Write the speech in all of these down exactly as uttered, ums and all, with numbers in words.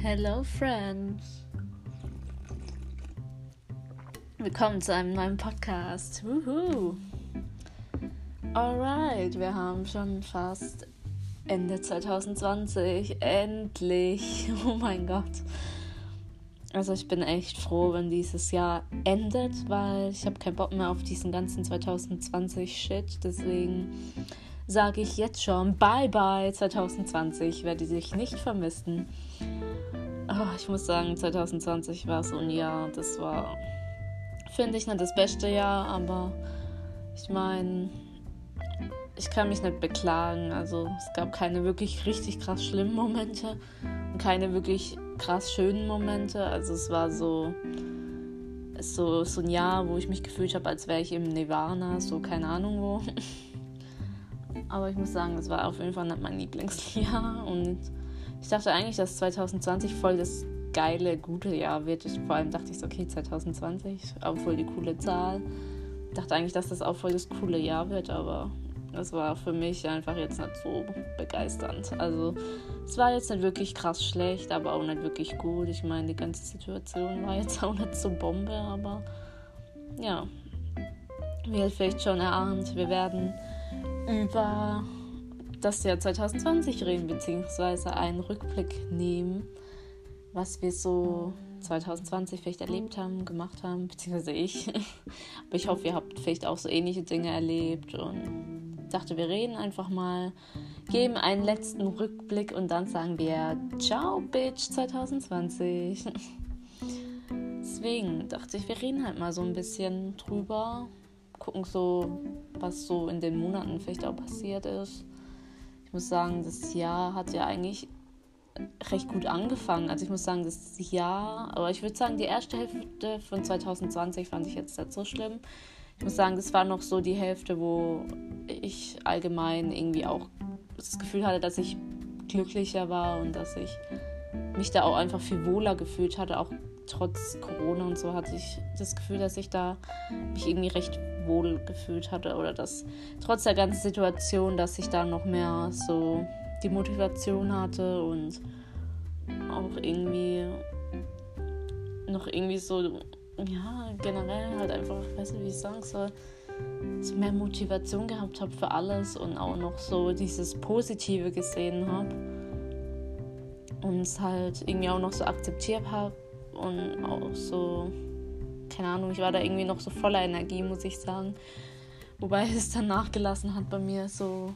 Hello Friends! Willkommen zu einem neuen Podcast. Wuhu. Alright, wir haben schon fast Ende zwanzig zwanzig. Endlich! Oh mein Gott! Also ich bin echt froh, wenn dieses Jahr endet, weil ich habe keinen Bock mehr auf diesen ganzen zwanzig zwanzig Shit. Deswegen sage ich jetzt schon Bye Bye zwanzig zwanzig. Ich werde dich nicht vermissen. Oh, ich muss sagen, zwanzig zwanzig war so ein Jahr, das war, finde ich, nicht das beste Jahr, aber ich meine, ich kann mich nicht beklagen. Also es gab keine wirklich richtig krass schlimmen Momente und keine wirklich krass schönen Momente. Also es war so, so, so ein Jahr, wo ich mich gefühlt habe, als wäre ich im Nirvana, so keine Ahnung wo. Aber ich muss sagen, das war auf jeden Fall nicht mein Lieblingsjahr und ich dachte eigentlich, dass zwanzig zwanzig voll das geile, gute Jahr wird. Ich, vor allem dachte ich so, okay, zwanzig zwanzig, auch voll die coole Zahl. Ich dachte eigentlich, dass das auch voll das coole Jahr wird, aber das war für mich einfach jetzt nicht so begeisternd. Also es war jetzt nicht wirklich krass schlecht, aber auch nicht wirklich gut. Ich meine, die ganze Situation war jetzt auch nicht so Bombe, aber ja, wie ihr vielleicht schon erahnt, wir werden über das Jahr zwanzig zwanzig reden, beziehungsweise einen Rückblick nehmen, was wir so zwanzig zwanzig vielleicht erlebt haben, gemacht haben, beziehungsweise ich. Aber ich hoffe, ihr habt vielleicht auch so ähnliche Dinge erlebt und dachte, wir reden einfach mal, geben einen letzten Rückblick und dann sagen wir Ciao, Bitch, zwanzig zwanzig. Deswegen dachte ich, wir reden halt mal so ein bisschen drüber, gucken so, was so in den Monaten vielleicht auch passiert ist. Ich muss sagen, das Jahr hat ja eigentlich recht gut angefangen. Also ich muss sagen, das Jahr, aber ich würde sagen, die erste Hälfte von zwanzig zwanzig fand ich jetzt nicht so schlimm. Ich muss sagen, das war noch so die Hälfte, wo ich allgemein irgendwie auch das Gefühl hatte, dass ich glücklicher war und dass ich mich da auch einfach viel wohler gefühlt hatte. Auch trotz Corona und so hatte ich das Gefühl, dass ich da mich irgendwie recht wohl gefühlt hatte oder dass trotz der ganzen Situation, dass ich da noch mehr so die Motivation hatte und auch irgendwie noch irgendwie so, ja, generell halt einfach, ich weiß nicht, wie ich sagen soll, so mehr Motivation gehabt habe für alles und auch noch so dieses Positive gesehen habe und es halt irgendwie auch noch so akzeptiert habe und auch so, keine Ahnung, ich war da irgendwie noch so voller Energie, muss ich sagen. Wobei es dann nachgelassen hat bei mir so,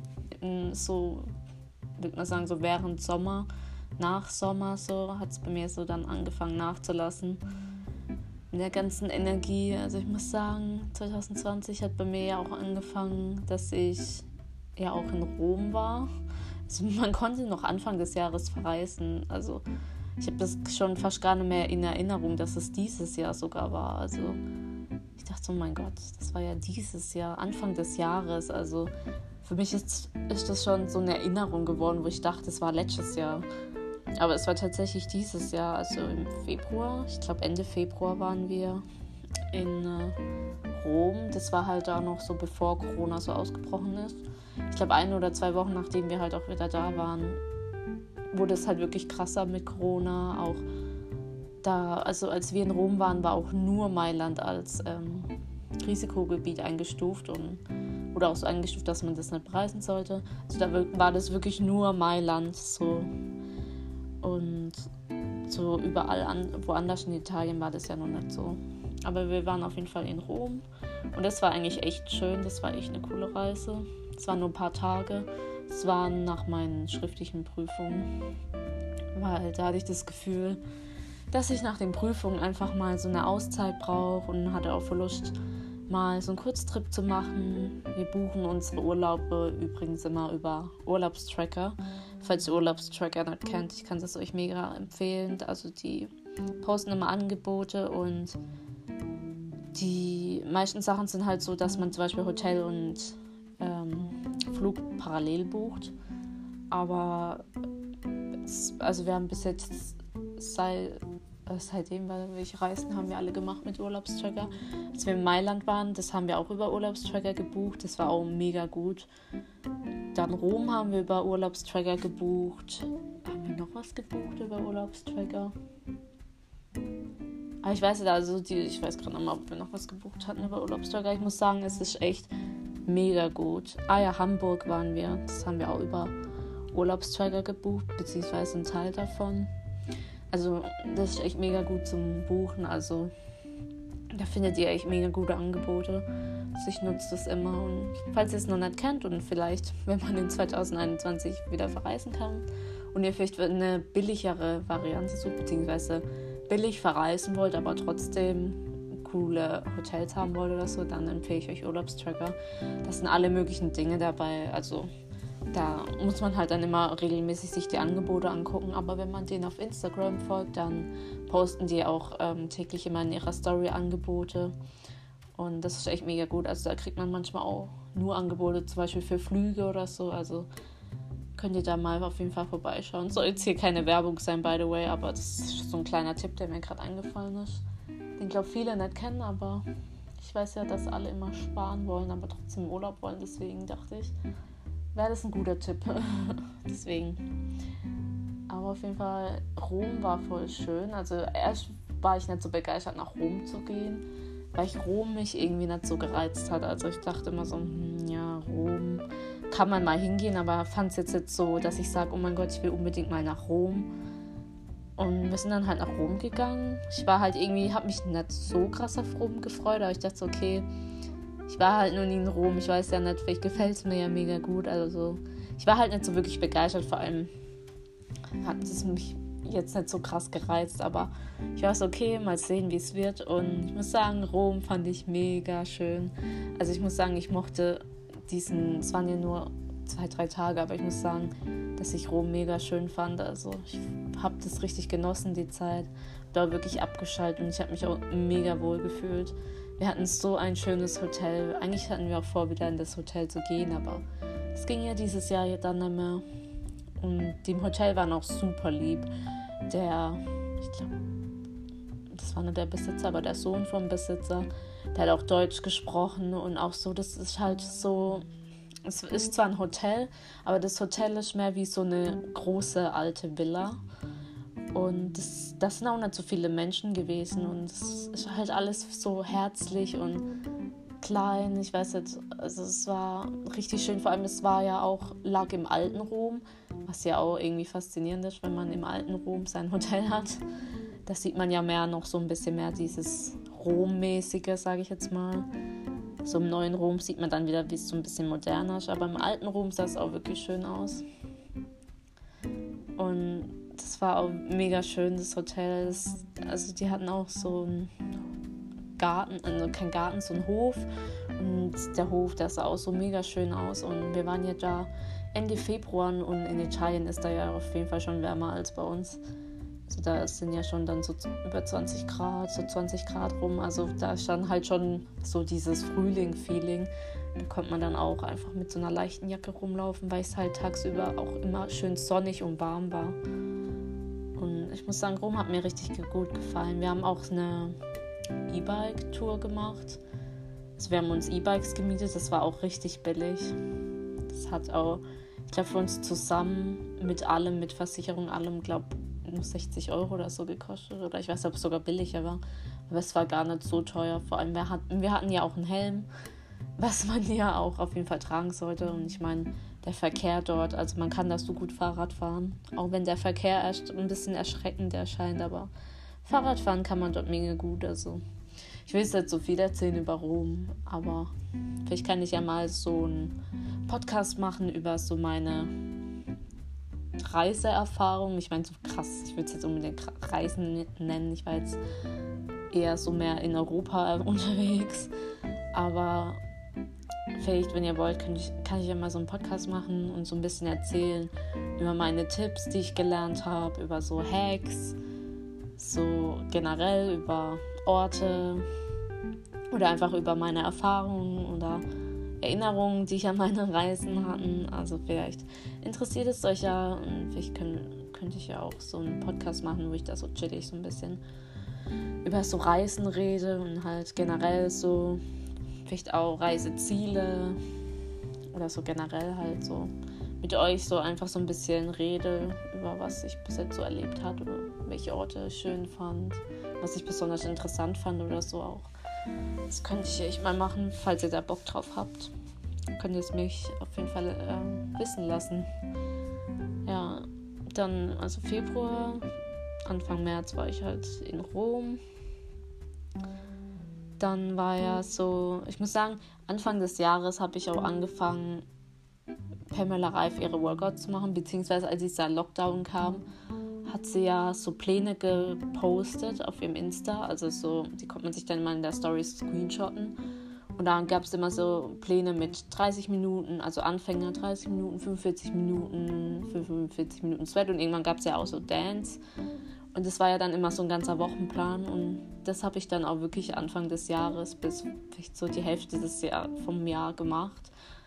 so, würde man sagen, so während Sommer, nach Sommer so, hat es bei mir so dann angefangen nachzulassen. In der ganzen Energie, also ich muss sagen, zwanzig zwanzig hat bei mir ja auch angefangen, dass ich ja auch in Rom war. Also man konnte noch Anfang des Jahres verreisen, also ich habe das schon fast gar nicht mehr in Erinnerung, dass es dieses Jahr sogar war. Also ich dachte, oh mein Gott, das war ja dieses Jahr, Anfang des Jahres. Also für mich ist, ist das schon so eine Erinnerung geworden, wo ich dachte, es war letztes Jahr. Aber es war tatsächlich dieses Jahr, also im Februar. Ich glaube Ende Februar waren wir in äh, Rom. Das war halt da noch so, bevor Corona so ausgebrochen ist. Ich glaube ein oder zwei Wochen, nachdem wir halt auch wieder da waren, wurde es halt wirklich krasser mit Corona. Auch da, also als wir in Rom waren, war auch nur Mailand als ähm, Risikogebiet eingestuft und oder auch so eingestuft, dass man das nicht bereisen sollte. Also da war das wirklich nur Mailand so. Und so überall an, woanders in Italien war das ja noch nicht so. Aber wir waren auf jeden Fall in Rom und das war eigentlich echt schön. Das war echt eine coole Reise. Es waren nur ein paar Tage. Es waren nach meinen schriftlichen Prüfungen, weil da hatte ich das Gefühl, dass ich nach den Prüfungen einfach mal so eine Auszeit brauche und hatte auch Lust, mal so einen Kurztrip zu machen. Wir buchen unsere Urlaube übrigens immer über Urlaubstracker. Falls ihr Urlaubstracker nicht kennt, ich kann das euch mega empfehlen. Also die posten immer Angebote und die meisten Sachen sind halt so, dass man zum Beispiel Hotel und ähm, Flug parallel bucht. Aber es, also wir haben bis jetzt seit Seitdem, weil welche Reisen haben wir alle gemacht mit Urlaubstracker. Als wir in Mailand waren, das haben wir auch über Urlaubstracker gebucht. Das war auch mega gut. Dann Rom haben wir über Urlaubstracker gebucht. Haben wir noch was gebucht über Urlaubstracker? Aber ich weiß nicht, also die, ich weiß gerade noch mal, ob wir noch was gebucht hatten über Urlaubstracker. Ich muss sagen, es ist echt mega gut. Ah ja, Hamburg waren wir. Das haben wir auch über Urlaubstracker gebucht, beziehungsweise ein Teil davon. Also das ist echt mega gut zum Buchen. Also da findet ihr echt mega gute Angebote. Also ich nutze das immer. Und falls ihr es noch nicht kennt und vielleicht, wenn man in zwanzig einundzwanzig wieder verreisen kann und ihr vielleicht eine billigere Variante sucht, beziehungsweise billig verreisen wollt, aber trotzdem coole Hotels haben wollt oder so, dann empfehle ich euch Urlaubstracker. Das sind alle möglichen Dinge dabei. Also da muss man halt dann immer regelmäßig sich die Angebote angucken, aber wenn man denen auf Instagram folgt, dann posten die auch ähm, täglich immer in ihrer Story Angebote und das ist echt mega gut. Also da kriegt man manchmal auch nur Angebote, zum Beispiel für Flüge oder so, also könnt ihr da mal auf jeden Fall vorbeischauen. Soll jetzt hier keine Werbung sein, by the way, aber das ist so ein kleiner Tipp, der mir gerade eingefallen ist, den glaube viele nicht kennen, aber ich weiß ja, dass alle immer sparen wollen, aber trotzdem Urlaub wollen, deswegen dachte ich, wäre das ein guter Tipp. Deswegen. Aber auf jeden Fall, Rom war voll schön. Also erst war ich nicht so begeistert, nach Rom zu gehen, weil ich Rom mich irgendwie nicht so gereizt hat. Also ich dachte immer so, hm, ja, Rom kann man mal hingehen, aber fand es jetzt nicht so, dass ich sage, oh mein Gott, ich will unbedingt mal nach Rom. Und wir sind dann halt nach Rom gegangen. Ich war halt irgendwie, habe mich nicht so krass auf Rom gefreut, aber ich dachte so, okay, ich war halt noch nie in Rom, ich weiß ja nicht, vielleicht gefällt es mir ja mega gut, also ich war halt nicht so wirklich begeistert, vor allem hat es mich jetzt nicht so krass gereizt, aber ich war so, okay, mal sehen, wie es wird und ich muss sagen, Rom fand ich mega schön, also ich muss sagen, ich mochte diesen, es waren ja nur zwei, drei Tage, aber ich muss sagen, dass ich Rom mega schön fand, also ich habe das richtig genossen, die Zeit, da wirklich abgeschaltet und ich habe mich auch mega wohl gefühlt. Wir hatten so ein schönes Hotel. Eigentlich hatten wir auch vor, wieder in das Hotel zu gehen, aber es ging ja dieses Jahr dann nicht mehr. Und dem Hotel war noch super lieb. Der, ich glaube, das war nicht der Besitzer, aber der Sohn vom Besitzer, der hat auch Deutsch gesprochen und auch so, das ist halt so, es ist zwar ein Hotel, aber das Hotel ist mehr wie so eine große alte Villa. Und das, das sind auch nicht so viele Menschen gewesen und es ist halt alles so herzlich und klein, ich weiß nicht, also es war richtig schön, vor allem es war ja auch, lag im alten Rom, was ja auch irgendwie faszinierend ist, wenn man im alten Rom sein Hotel hat. Da sieht man ja mehr noch so ein bisschen mehr dieses Rom-mäßige, sage ich jetzt mal. So im neuen Rom sieht man dann wieder, wie es so ein bisschen moderner ist, aber im alten Rom sah es auch wirklich schön aus. Und das war auch mega schön, das Hotel. Das, also die hatten auch so einen Garten, also kein Garten, so einen Hof. Und der Hof, der sah auch so mega schön aus. Und wir waren ja da Ende Februar und in Italien ist da ja auf jeden Fall schon wärmer als bei uns. Also da sind ja schon dann so über zwanzig Grad, so zwanzig Grad rum. Also da ist dann halt schon so dieses Frühling-Feeling. Da konnte man dann auch einfach mit so einer leichten Jacke rumlaufen, weil es halt tagsüber auch immer schön sonnig und warm war. Und ich muss sagen, Rom hat mir richtig gut gefallen. Wir haben auch eine E-Bike-Tour gemacht. Also wir haben uns E-Bikes gemietet, das war auch richtig billig. Das hat auch, ich glaube, für uns zusammen mit allem, mit Versicherung, allem, glaube ich, nur sechzig Euro oder so gekostet. Oder ich weiß nicht, ob es sogar billiger war. Aber es war gar nicht so teuer. Vor allem, wir hatten, wir hatten ja auch einen Helm, was man ja auch auf jeden Fall tragen sollte. Und ich meine, der Verkehr dort, also man kann da so gut Fahrrad fahren. Auch wenn der Verkehr erst ein bisschen erschreckend erscheint, aber Fahrradfahren kann man dort mega gut. Also ich will jetzt nicht so viel erzählen über Rom, aber vielleicht kann ich ja mal so einen Podcast machen über so meine Reiseerfahrung. Ich meine, so krass, ich würde es jetzt unbedingt Reisen nennen. Ich war jetzt eher so mehr in Europa unterwegs. Aber vielleicht, wenn ihr wollt, kann ich, kann ich ja mal so einen Podcast machen und so ein bisschen erzählen über meine Tipps, die ich gelernt habe, über so Hacks, so generell über Orte oder einfach über meine Erfahrungen oder Erinnerungen, die ich an meine Reisen hatte. Also vielleicht interessiert es euch ja und vielleicht können, könnte ich ja auch so einen Podcast machen, wo ich da so chillig so ein bisschen über so Reisen rede und halt generell so vielleicht auch Reiseziele oder so generell halt so mit euch so einfach so ein bisschen rede über was ich bis jetzt so erlebt habe oder welche Orte ich schön fand, was ich besonders interessant fand oder so auch. Das könnte ich echt mal machen, falls ihr da Bock drauf habt. Könnt ihr es mich auf jeden Fall äh, wissen lassen. Ja, dann also Februar, Anfang März war ich halt in Rom. Dann war ja so, ich muss sagen, Anfang des Jahres habe ich auch angefangen, Pamela Reif ihre Workouts zu machen, beziehungsweise als dieser Lockdown kam, hat sie ja so Pläne gepostet auf ihrem Insta, also so, die konnte man sich dann mal in der Story screenshotten und da gab es immer so Pläne mit dreißig Minuten, also Anfänger dreißig Minuten, fünfundvierzig Minuten, fünfundvierzig Minuten Sweat und irgendwann gab es ja auch so Dance und das war ja dann immer so ein ganzer Wochenplan und das habe ich dann auch wirklich Anfang des Jahres bis vielleicht so die Hälfte des Jahr, vom Jahr gemacht.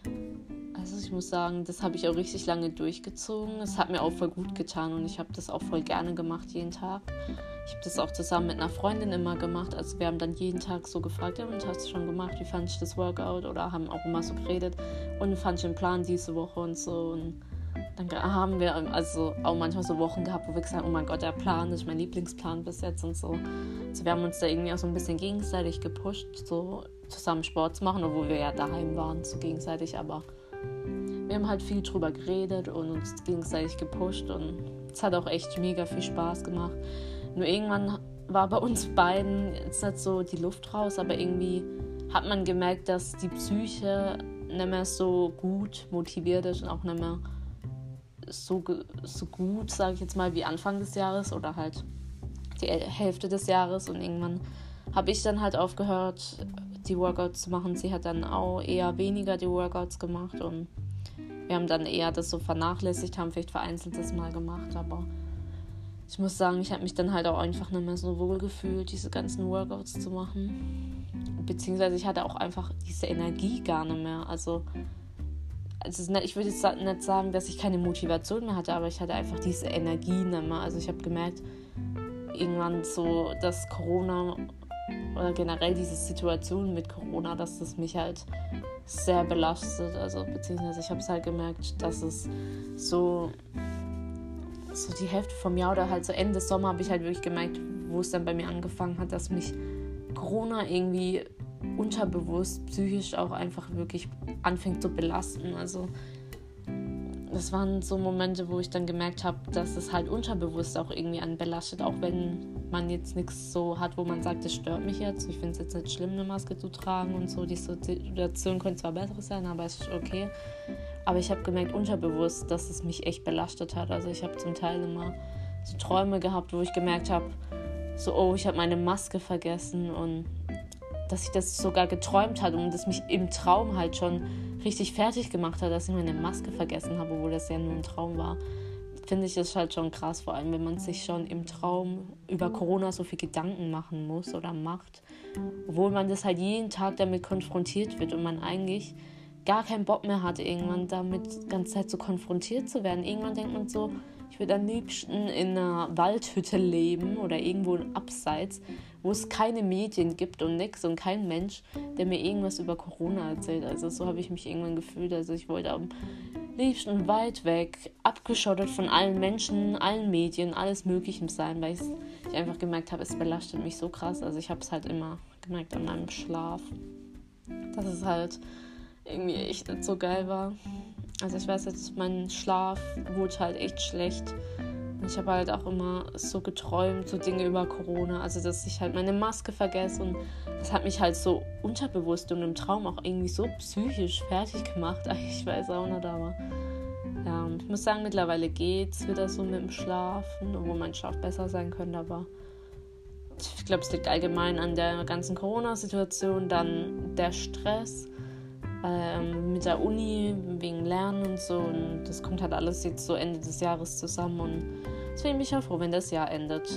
Also ich muss sagen, das habe ich auch richtig lange durchgezogen. Es hat mir auch voll gut getan und ich habe das auch voll gerne gemacht jeden Tag. Ich habe das auch zusammen mit einer Freundin immer gemacht. Also wir haben dann jeden Tag so gefragt, ja, und hast du schon gemacht? Wie fand ich das Workout? Oder haben auch immer so geredet. Und wie fand ich den Plan diese Woche und so. Und dann haben wir also auch manchmal so Wochen gehabt, wo wir gesagt haben, oh mein Gott, der Plan, das ist mein Lieblingsplan bis jetzt und so. Also wir haben uns da irgendwie auch so ein bisschen gegenseitig gepusht, so zusammen Sport zu machen, obwohl wir ja daheim waren, so gegenseitig, aber wir haben halt viel drüber geredet und uns gegenseitig gepusht und es hat auch echt mega viel Spaß gemacht. Nur irgendwann war bei uns beiden jetzt nicht so die Luft raus, aber irgendwie hat man gemerkt, dass die Psyche nicht mehr so gut motiviert ist und auch nicht mehr so, so gut, sage ich jetzt mal, wie Anfang des Jahres oder halt die Hälfte des Jahres und irgendwann habe ich dann halt aufgehört, die Workouts zu machen. Sie hat dann auch eher weniger die Workouts gemacht und wir haben dann eher das so vernachlässigt, haben vielleicht vereinzeltes Mal gemacht, aber ich muss sagen, ich habe mich dann halt auch einfach nicht mehr so wohl gefühlt, diese ganzen Workouts zu machen. Beziehungsweise ich hatte auch einfach diese Energie gar nicht mehr. Also, also nicht, ich würde jetzt nicht sagen, dass ich keine Motivation mehr hatte, aber ich hatte einfach diese Energie nicht mehr. Also ich habe gemerkt, irgendwann so, dass Corona oder generell diese Situation mit Corona, dass das mich halt sehr belastet. Also beziehungsweise ich habe es halt gemerkt, dass es so, so die Hälfte vom Jahr oder halt so Ende Sommer habe ich halt wirklich gemerkt, wo es dann bei mir angefangen hat, dass mich Corona irgendwie unterbewusst, psychisch auch einfach wirklich anfängt zu belasten. Also das waren so Momente, wo ich dann gemerkt habe, dass es halt unterbewusst auch irgendwie einen belastet, auch wenn man jetzt nichts so hat, wo man sagt, das stört mich jetzt. Ich finde es jetzt nicht schlimm, eine Maske zu tragen und so. Die Situation könnte zwar besser sein, aber es ist okay. Aber ich habe gemerkt, unterbewusst, dass es mich echt belastet hat. Also ich habe zum Teil immer so Träume gehabt, wo ich gemerkt habe, so, oh, ich habe meine Maske vergessen und dass ich das sogar geträumt hatte und das mich im Traum halt schon richtig fertig gemacht hat, dass ich meine Maske vergessen habe, obwohl das ja nur ein Traum war. Finde ich das halt schon krass, vor allem wenn man sich schon im Traum über Corona so viel Gedanken machen muss oder macht, obwohl man das halt jeden Tag damit konfrontiert wird und man eigentlich gar keinen Bock mehr hat, irgendwann damit die ganze Zeit so konfrontiert zu werden. Irgendwann denkt man so, ich würde am liebsten in einer Waldhütte leben oder irgendwo abseits, wo es keine Medien gibt und nix und kein Mensch, der mir irgendwas über Corona erzählt. Also so habe ich mich irgendwann gefühlt. Also ich wollte am liebsten weit weg, abgeschottet von allen Menschen, allen Medien, alles Möglichen sein, weil ich einfach gemerkt habe, es belastet mich so krass. Also ich habe es halt immer gemerkt an meinem Schlaf, dass es halt irgendwie echt nicht so geil war. Also ich weiß jetzt, mein Schlaf wurde halt echt schlecht. Und ich habe halt auch immer so geträumt, so Dinge über Corona. Also dass ich halt meine Maske vergesse und das hat mich halt so unterbewusst und im Traum auch irgendwie so psychisch fertig gemacht. Ich weiß auch nicht, aber ja, ich muss sagen, mittlerweile geht's wieder so mit dem Schlafen, obwohl mein Schlaf besser sein könnte, aber ich glaube, es liegt allgemein an der ganzen Corona-Situation, dann der Stress ähm, mit der Uni, wegen Lernen und so. Und das kommt halt alles jetzt so Ende des Jahres zusammen. Und deswegen bin ich auch froh, wenn das Jahr endet.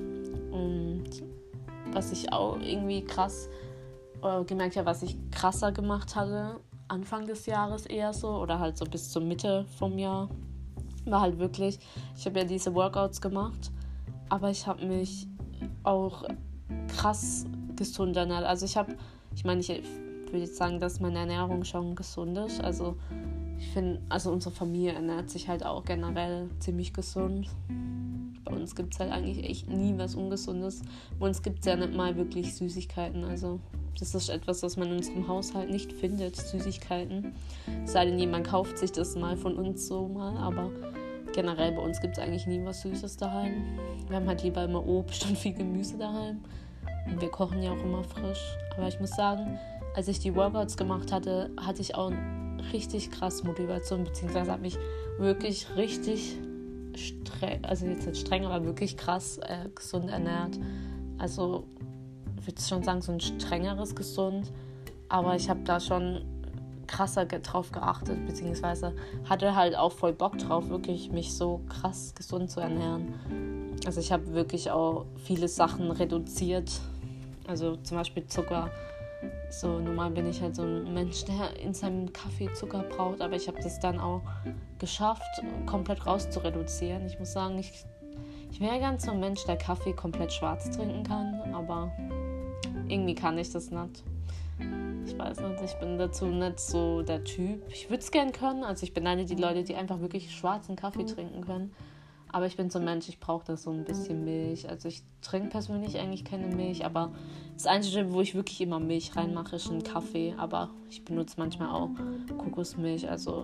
Und was ich auch irgendwie krass äh, gemerkt habe, was ich krasser gemacht hatte, Anfang des Jahres eher so, oder halt so bis zur Mitte vom Jahr, war halt wirklich, ich habe ja diese Workouts gemacht, aber ich habe mich auch krass gesund ernährt. Also ich habe, ich meine, ich würde jetzt sagen, dass meine Ernährung schon gesund ist. Also ich finde, also unsere Familie ernährt sich halt auch generell ziemlich gesund. Bei uns gibt es halt eigentlich echt nie was Ungesundes. Bei uns gibt es ja nicht mal wirklich Süßigkeiten. Also das ist etwas, was man in unserem Haushalt nicht findet, Süßigkeiten. Es sei denn, jemand kauft sich das mal von uns so mal. Aber generell bei uns gibt es eigentlich nie was Süßes daheim. Wir haben halt lieber immer Obst und viel Gemüse daheim. Und wir kochen ja auch immer frisch. Aber ich muss sagen, als ich die Workouts gemacht hatte, hatte ich auch richtig krass Motivation. Beziehungsweise hat mich wirklich richtig streng, also jetzt nicht streng, aber wirklich krass äh, gesund ernährt. Also ich würde schon sagen, so ein strengeres Gesund. Aber ich habe da schon krasser drauf geachtet, beziehungsweise hatte halt auch voll Bock drauf, wirklich mich so krass gesund zu ernähren. Also ich habe wirklich auch viele Sachen reduziert. Also zum Beispiel Zucker. So normal bin ich halt so ein Mensch, der in seinem Kaffee Zucker braucht, aber ich habe das dann auch geschafft, komplett raus zu reduzieren. Ich muss sagen, ich, ich wäre ganz so ein Mensch, der Kaffee komplett schwarz trinken kann, aber irgendwie kann ich das nicht. Ich weiß nicht, ich bin dazu nicht so der Typ. Ich würde es gern können, also ich beneide die Leute, die einfach wirklich schwarzen Kaffee trinken können. Aber ich bin so ein Mensch, ich brauche da so ein bisschen Milch. Also ich trinke persönlich eigentlich keine Milch, aber das Einzige, wo ich wirklich immer Milch reinmache, ist ein Kaffee. Aber ich benutze manchmal auch Kokosmilch, also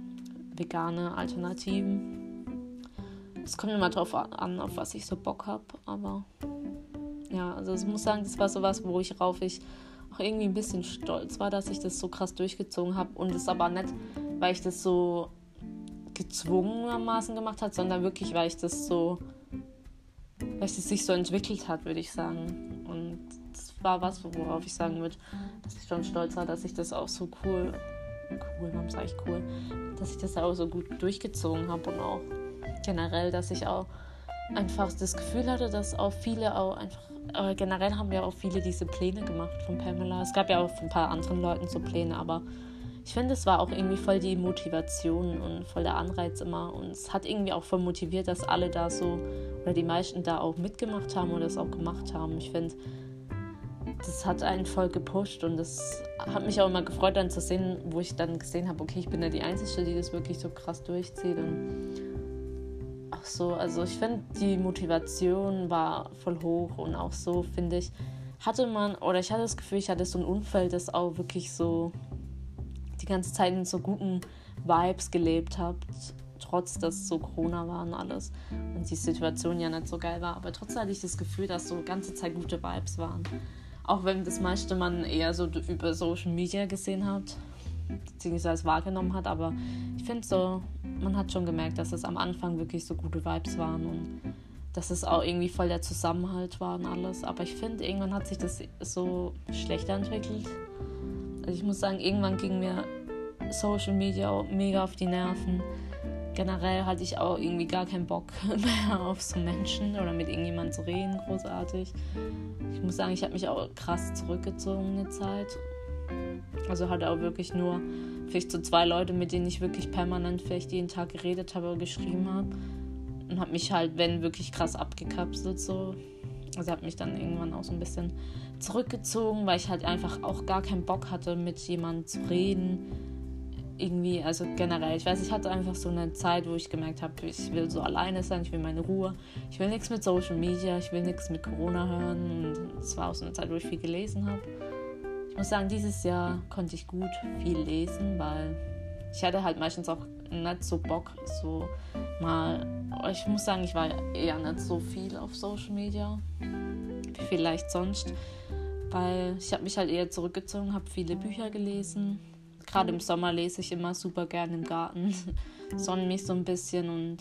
vegane Alternativen. Es kommt immer drauf an, auf was ich so Bock habe. Aber ja, also ich muss sagen, das war sowas, worauf ich auch irgendwie ein bisschen stolz war, dass ich das so krass durchgezogen habe. Und es aber nicht, weil ich das so gezwungenermaßen gemacht hat, sondern wirklich, weil ich das so, weil es sich so entwickelt hat, würde ich sagen. Und das war was, worauf ich sagen würde, dass ich schon stolz war, dass ich das auch so cool, cool, warum sage ich cool, dass ich das auch so gut durchgezogen habe und auch generell, dass ich auch einfach das Gefühl hatte, dass auch viele auch einfach, aber generell haben ja auch viele diese Pläne gemacht von Pamela. Es gab ja auch von ein paar anderen Leuten so Pläne, aber ich finde, es war auch irgendwie voll die Motivation und voll der Anreiz immer. Und es hat irgendwie auch voll motiviert, dass alle da so, oder die meisten da auch mitgemacht haben oder es auch gemacht haben. Ich finde, das hat einen voll gepusht und das hat mich auch immer gefreut, dann zu sehen, wo ich dann gesehen habe, okay, ich bin ja die Einzige, die das wirklich so krass durchzieht. Und auch so, also ich finde, die Motivation war voll hoch und auch so, finde ich, hatte man, oder ich hatte das Gefühl, ich hatte so ein Umfeld, das auch wirklich so die ganze Zeit in so guten Vibes gelebt habt, trotz dass so Corona war und alles und die Situation ja nicht so geil war, aber trotzdem hatte ich das Gefühl, dass so die ganze Zeit gute Vibes waren. Auch wenn das meiste man eher so über Social Media gesehen hat, beziehungsweise wahrgenommen hat, aber ich finde so, man hat schon gemerkt, dass es am Anfang wirklich so gute Vibes waren und dass es auch irgendwie voll der Zusammenhalt war und alles, aber ich finde, irgendwann hat sich das so schlechter entwickelt. Also ich muss sagen, irgendwann ging mir Social Media auch mega auf die Nerven. Generell hatte ich auch irgendwie gar keinen Bock mehr auf so Menschen oder mit irgendjemandem zu reden, großartig. Ich muss sagen, ich habe mich auch krass zurückgezogen eine Zeit. Also hatte auch wirklich nur vielleicht so zwei Leute, mit denen ich wirklich permanent vielleicht jeden Tag geredet habe oder geschrieben habe. Und habe mich halt, wenn, wirklich krass abgekapselt so. Also habe mich dann irgendwann auch so ein bisschen zurückgezogen, weil ich halt einfach auch gar keinen Bock hatte, mit jemandem zu reden. Irgendwie, also generell, ich weiß, ich hatte einfach so eine Zeit, wo ich gemerkt habe, ich will so alleine sein, ich will meine Ruhe, ich will nichts mit Social Media, ich will nichts mit Corona hören. Und es war auch so eine Zeit, wo ich viel gelesen habe. Ich muss sagen, dieses Jahr konnte ich gut viel lesen, weil ich hatte halt meistens auch nicht so Bock, so mal, ich muss sagen, ich war eher nicht so viel auf Social Media, wie vielleicht sonst, weil ich habe mich halt eher zurückgezogen, habe viele Bücher gelesen. Gerade im Sommer lese ich immer super gerne im Garten, sonne mich so ein bisschen und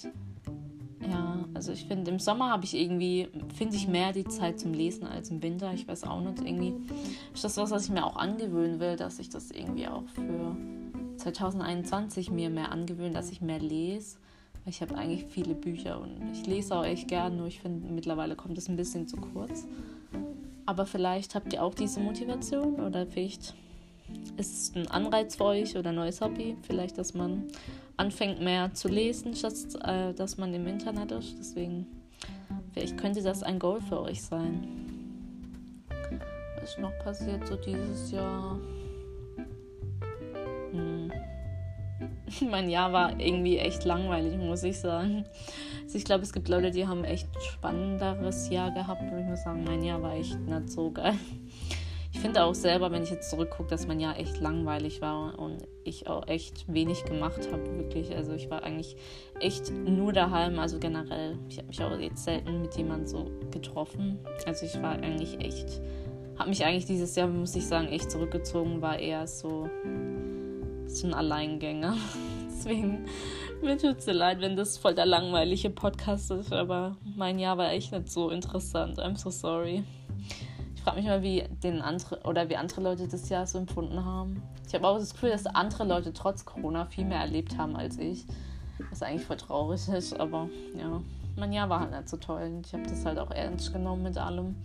ja, also ich finde, im Sommer habe ich irgendwie, finde ich mehr die Zeit zum Lesen als im Winter, ich weiß auch nicht, irgendwie ist das was, was ich mir auch angewöhnen will, dass ich das irgendwie auch für zwanzig einundzwanzig mir mehr angewöhne, dass ich mehr lese, weil ich habe eigentlich viele Bücher und ich lese auch echt gern, nur ich finde, mittlerweile kommt es ein bisschen zu kurz. Aber vielleicht habt ihr auch diese Motivation oder vielleicht ist es ein Anreiz für euch oder ein neues Hobby, vielleicht, dass man anfängt mehr zu lesen, statt äh, dass man im Internet ist. Deswegen, vielleicht könnte das ein Goal für euch sein. Was ist noch passiert so dieses Jahr? Hm. mein Jahr war irgendwie echt langweilig, muss ich sagen. Also ich glaube, es gibt Leute, die haben echt spannenderes Jahr gehabt. Und ich muss sagen, mein Jahr war echt nicht so geil. Ich finde auch selber, wenn ich jetzt zurückgucke, dass mein Jahr echt langweilig war und ich auch echt wenig gemacht habe, wirklich. Also ich war eigentlich echt nur daheim, also generell. Ich habe mich auch jetzt selten mit jemandem so getroffen. Also ich war eigentlich echt, habe mich eigentlich dieses Jahr, muss ich sagen, echt zurückgezogen, war eher so, so ein Alleingänger. Deswegen, mir tut es leid, wenn das voll der langweilige Podcast ist, aber mein Jahr war echt nicht so interessant. I'm so sorry. Ich frage mich mal, wie den andere oder wie andere Leute das Jahr so empfunden haben. Ich habe auch das Gefühl, dass andere Leute trotz Corona viel mehr erlebt haben als ich. Was eigentlich voll traurig ist, aber ja, mein Jahr war halt nicht so toll. Ich habe das halt auch ernst genommen mit allem.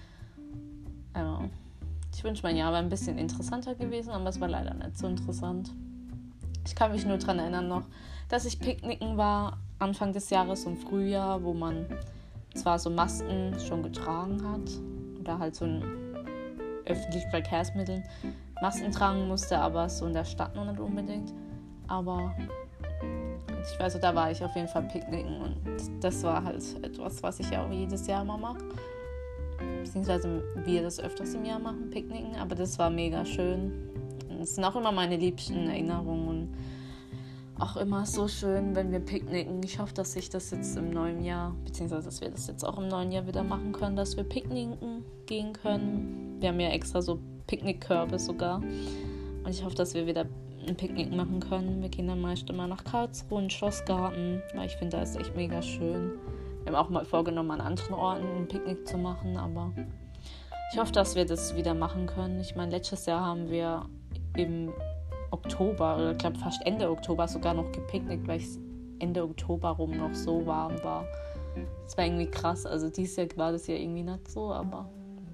Ja, ich wünsche, mein Jahr wäre ein bisschen interessanter gewesen, aber es war leider nicht so interessant. Ich kann mich nur daran erinnern noch, dass ich picknicken war Anfang des Jahres im Frühjahr, wo man zwar so Masken schon getragen hat oder halt so in öffentlichen Verkehrsmitteln Masken tragen musste, aber so in der Stadt noch nicht unbedingt. Aber ich weiß, da war ich auf jeden Fall picknicken und das war halt etwas, was ich ja auch jedes Jahr immer mache. Beziehungsweise wir das öfters im Jahr machen, picknicken, aber das war mega schön. Es sind auch immer meine liebsten Erinnerungen und auch immer so schön, wenn wir picknicken. Ich hoffe, dass ich das jetzt im neuen Jahr, beziehungsweise dass wir das jetzt auch im neuen Jahr wieder machen können, dass wir picknicken gehen können. Wir haben ja extra so Picknickkörbe sogar und ich hoffe, dass wir wieder ein Picknick machen können. Wir gehen dann meist immer nach Karlsruhe in den Schlossgarten, weil ich finde, da ist echt mega schön. Wir haben auch mal vorgenommen, an anderen Orten ein Picknick zu machen, aber ich hoffe, dass wir das wieder machen können. Ich meine, letztes Jahr haben wir im Oktober, oder ich glaube fast Ende Oktober sogar noch gepicknickt, weil es Ende Oktober rum noch so warm war. Das war irgendwie krass. Also dieses Jahr war das ja irgendwie nicht so, aber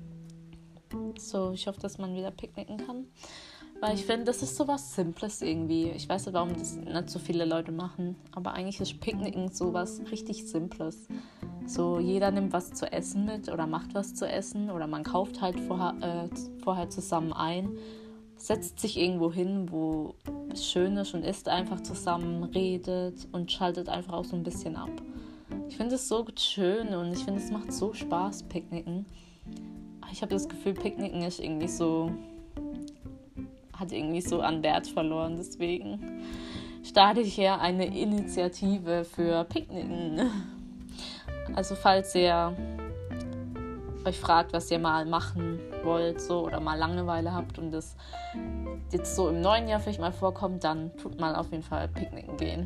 so, ich hoffe, dass man wieder picknicken kann. Weil ich finde, das ist so was Simples irgendwie. Ich weiß nicht, warum das nicht so viele Leute machen, aber eigentlich ist Picknicken so was richtig Simples. So, jeder nimmt was zu essen mit oder macht was zu essen oder man kauft halt vorher, äh, vorher zusammen ein, setzt sich irgendwo hin, wo es schön ist und isst einfach zusammen, redet und schaltet einfach auch so ein bisschen ab. Ich finde es so schön und ich finde, es macht so Spaß, Picknicken. Ich habe das Gefühl, Picknicken ist irgendwie so, hat irgendwie so an Wert verloren. Deswegen starte ich hier eine Initiative für Picknicken. Also falls ihr euch fragt, was ihr mal machen wollt so oder mal Langeweile habt und das jetzt so im neuen Jahr vielleicht mal vorkommt, dann tut mal auf jeden Fall picknicken gehen.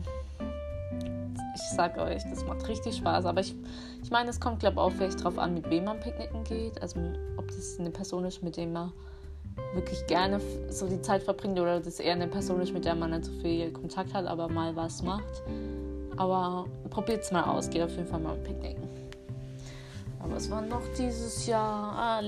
Ich sag euch, das macht richtig Spaß, aber ich, ich meine, es kommt, glaube ich, auch vielleicht drauf an, mit wem man picknicken geht, also ob das eine Person ist, mit der man wirklich gerne so die Zeit verbringt oder das eher eine Person ist, mit der man nicht so viel Kontakt hat, aber mal was macht. Aber probiert es mal aus, geht auf jeden Fall mal picknicken. Aber es war noch dieses Jahr ah,